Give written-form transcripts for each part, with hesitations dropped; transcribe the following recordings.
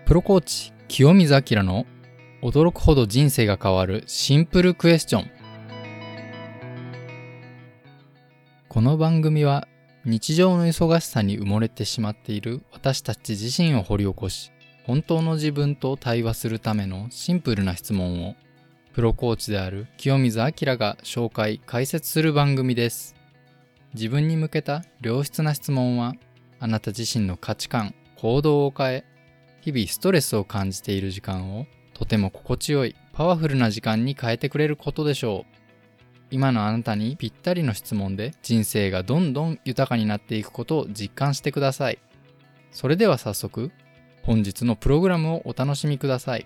プロコーチ清水明の驚くほど人生が変わるシンプルクエスチョン。この番組は日常の忙しさに埋もれてしまっている私たち自身を掘り起こし、本当の自分と対話するためのシンプルな質問をプロコーチである清水明が紹介・解説する番組です。自分に向けた良質な質問はあなた自身の価値観・行動を変え、日々ストレスを感じている時間をとても心地よいパワフルな時間に変えてくれることでしょう。今のあなたにぴったりの質問で人生がどんどん豊かになっていくことを実感してください。それでは早速本日のプログラムをお楽しみください。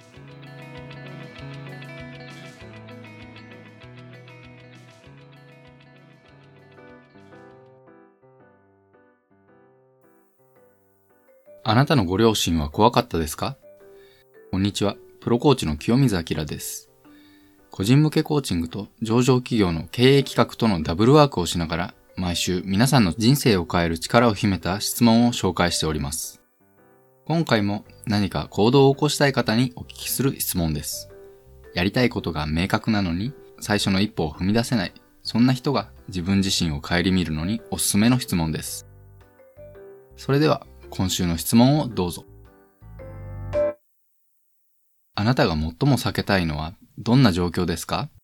あなたのご両親は怖かったですか？こんにちは、プロコーチの清水明です。個人向けコーチングと上場企業の経営企画とのダブルワークをしながら、毎週皆さんの人生を変える力を秘めた質問を紹介しております。今回も何か行動を起こしたい方にお聞きする質問です。やりたいことが明確なのに最初の一歩を踏み出せない、そんな人が自分自身を顧みるのにおすすめの質問です。それでは今週の質問をどうぞ。あなたが最も避けたいのはどんな状況ですか？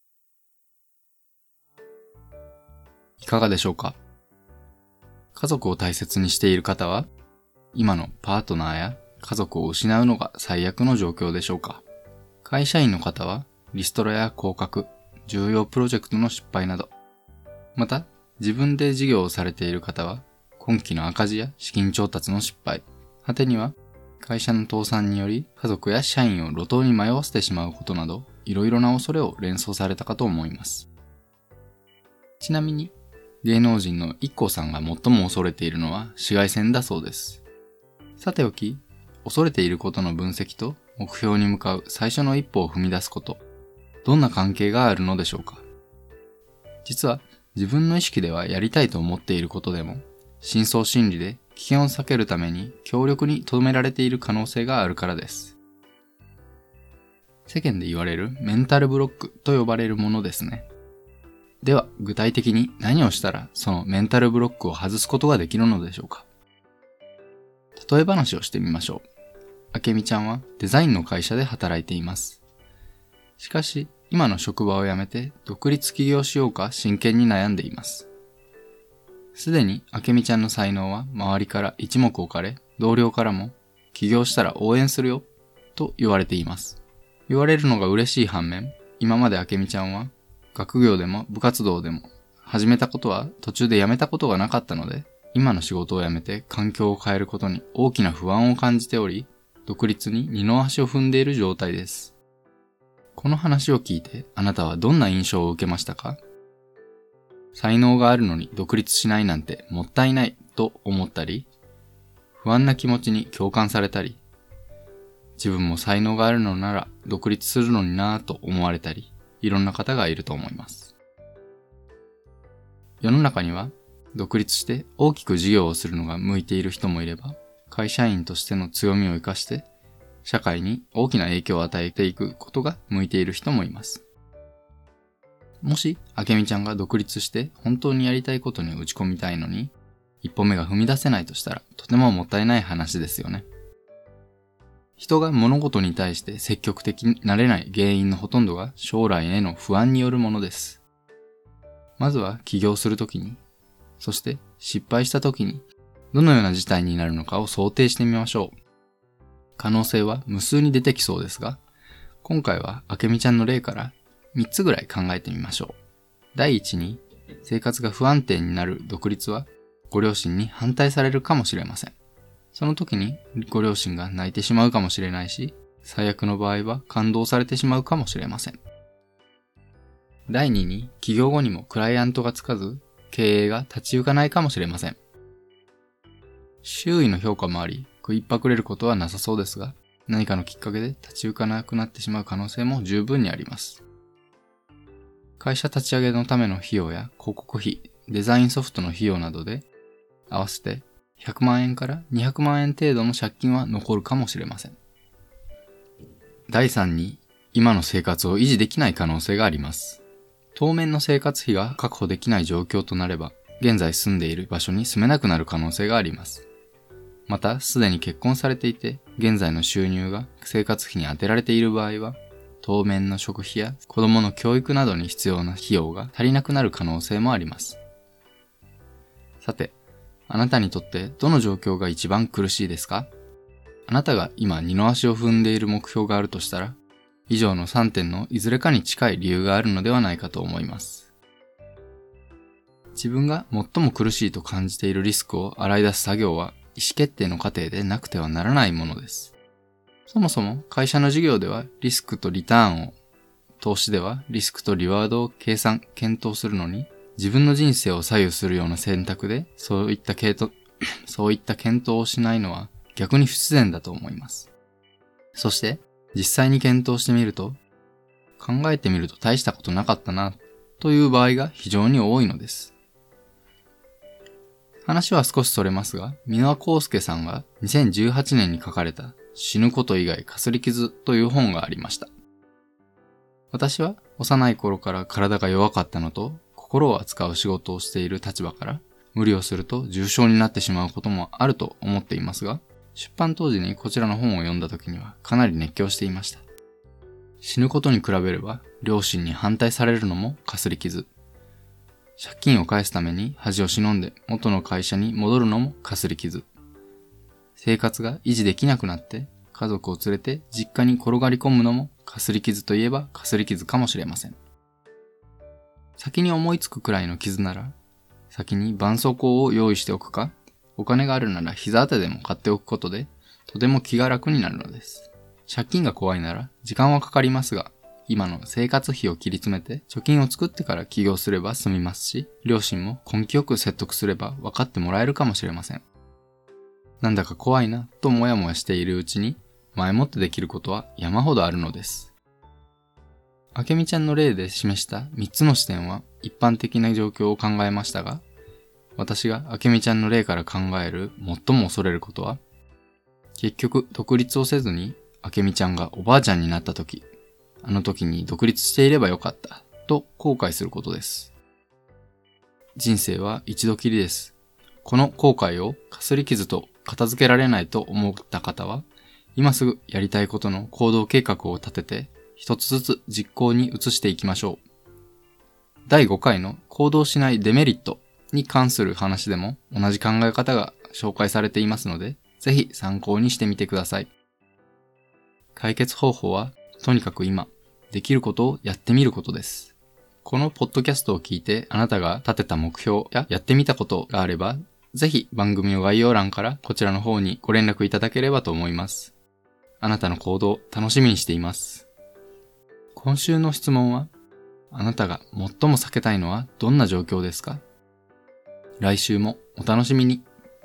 いかがでしょうか？家族を大切にしている方は、今のパートナーや家族を失うのが最悪の状況でしょうか？会社員の方は、リストラや降格、重要プロジェクトの失敗など、また自分で事業をされている方は、今期の赤字や資金調達の失敗、果てには会社の倒産により家族や社員を路頭に迷わせてしまうことなど、いろいろな恐れを連想されたかと思います。ちなみに、芸能人の IKKO さんが最も恐れているのは紫外線だそうです。さておき、恐れていることの分析と目標に向かう最初の一歩を踏み出すこと、どんな関係があるのでしょうか？実は自分の意識ではやりたいと思っていることでも、深層心理で危険を避けるために強力に留められている可能性があるからです。世間で言われるメンタルブロックと呼ばれるものですね。では具体的に何をしたらそのメンタルブロックを外すことができるのでしょうか？例え話をしてみましょう。明美ちゃんはデザインの会社で働いています。しかし今の職場を辞めて独立起業しようか真剣に悩んでいます。すでに明美ちゃんの才能は周りから一目置かれ、同僚からも起業したら応援するよと言われています。言われるのが嬉しい反面、今まで明美ちゃんは学業でも部活動でも始めたことは途中で辞めたことがなかったので、今の仕事を辞めて環境を変えることに大きな不安を感じており、独立に二の足を踏んでいる状態です。この話を聞いてあなたはどんな印象を受けましたか？才能があるのに独立しないなんてもったいないと思ったり、不安な気持ちに共感されたり、自分も才能があるのなら独立するのになぁと思われたり、いろんな方がいると思います。世の中には独立して大きく事業をするのが向いている人もいれば、会社員としての強みを生かして社会に大きな影響を与えていくことが向いている人もいます。もし、明美ちゃんが独立して本当にやりたいことに打ち込みたいのに、一歩目が踏み出せないとしたら、とてももったいない話ですよね。人が物事に対して積極的になれない原因のほとんどが将来への不安によるものです。まずは起業するときに、そして失敗したときに、どのような事態になるのかを想定してみましょう。可能性は無数に出てきそうですが、今回は明美ちゃんの例から3つぐらい考えてみましょう。第一に、生活が不安定になる独立はご両親に反対されるかもしれません。その時にご両親が泣いてしまうかもしれないし、最悪の場合は感動されてしまうかもしれません。第二に、起業後にもクライアントがつかず、経営が立ち行かないかもしれません。周囲の評価もあり、食いっぱくれることはなさそうですが、何かのきっかけで立ち行かなくなってしまう可能性も十分にあります。会社立ち上げのための費用や広告費、デザインソフトの費用などで、合わせて100万円から200万円程度の借金は残るかもしれません。 第3に、今の生活を維持できない可能性があります。当面の生活費が確保できない状況となれば、現在住んでいる場所に住めなくなる可能性があります。また、すでに結婚されていて、現在の収入が生活費に充てられている場合は、当面の食費や子供の教育などに必要な費用が足りなくなる可能性もあります。さて、あなたにとってどの状況が一番苦しいですか？あなたが今二の足を踏んでいる目標があるとしたら、以上の3点のいずれかに近い理由があるのではないかと思います。自分が最も苦しいと感じているリスクを洗い出す作業は意思決定の過程でなくてはならないものです。そもそも会社の事業ではリスクとリターンを、投資ではリスクとリワードを検討するのに、自分の人生を左右するような選択でそういった検討をしないのは逆に不自然だと思います。そして実際に検討してみると、考えてみると大したことなかったなという場合が非常に多いのです。話は少しそれますが、箕輪康介さんが2018年に書かれた死ぬこと以外かすり傷という本がありました。私は幼い頃から体が弱かったのと、心を扱う仕事をしている立場から、無理をすると重症になってしまうこともあると思っていますが、出版当時にこちらの本を読んだ時にはかなり熱狂していました。死ぬことに比べれば、両親に反対されるのもかすり傷。借金を返すために恥を忍んで元の会社に戻るのもかすり傷。生活が維持できなくなって家族を連れて実家に転がり込むのもかすり傷といえばかすり傷かもしれません。先に思いつくくらいの傷なら、先に絆創膏を用意しておくか、お金があるなら膝当てでも買っておくことで、とても気が楽になるのです。借金が怖いなら時間はかかりますが、今の生活費を切り詰めて貯金を作ってから起業すれば済みますし、両親も根気よく説得すれば分かってもらえるかもしれません。なんだか怖いなともやもやしているうちに、前もってできることは山ほどあるのです。あけみちゃんの例で示した3つの視点は一般的な状況を考えましたが、私があけみちゃんの例から考える最も恐れることは、結局独立をせずにあけみちゃんがおばあちゃんになった時、あの時に独立していればよかったと後悔することです。人生は一度きりです。この後悔をかすり傷と片付けられないと思った方は、今すぐやりたいことの行動計画を立てて一つずつ実行に移していきましょう。第5回の行動しないデメリットに関する話でも同じ考え方が紹介されていますので、ぜひ参考にしてみてください。解決方法はとにかく今、できることをやってみることです。このポッドキャストを聞いてあなたが立てた目標ややってみたことがあれば、ぜひ番組の概要欄からこちらの方にご連絡いただければと思います。あなたの行動楽しみにしています。今週の質問は、あなたが最も避けたいのはどんな状況ですか？来週もお楽しみに。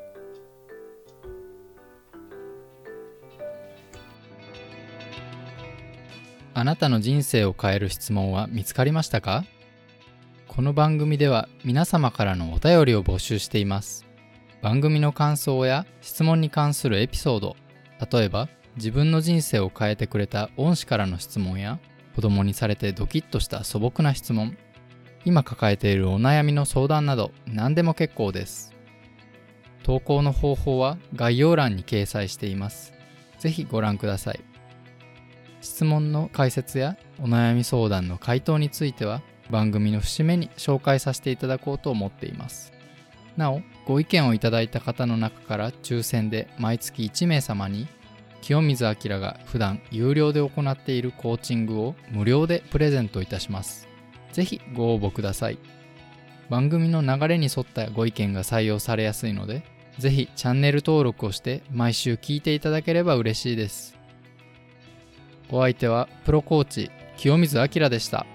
あなたの人生を変える質問は見つかりましたか？この番組では皆様からのお便りを募集しています。番組の感想や質問に関するエピソード、例えば自分の人生を変えてくれた恩師からの質問や、子供にされてドキッとした素朴な質問、今抱えているお悩みの相談など何でも結構です。投稿の方法は概要欄に掲載しています。ぜひご覧ください。質問の解説やお悩み相談の回答については番組の節目に紹介させていただこうと思っています。なお、ご意見をいただいた方の中から抽選で毎月1名様に清水明が普段有料で行っているコーチングを無料でプレゼントいたします。ぜひご応募ください。番組の流れに沿ったご意見が採用されやすいので、ぜひチャンネル登録をして毎週聞いていただければ嬉しいです。お相手はプロコーチ清水明でした。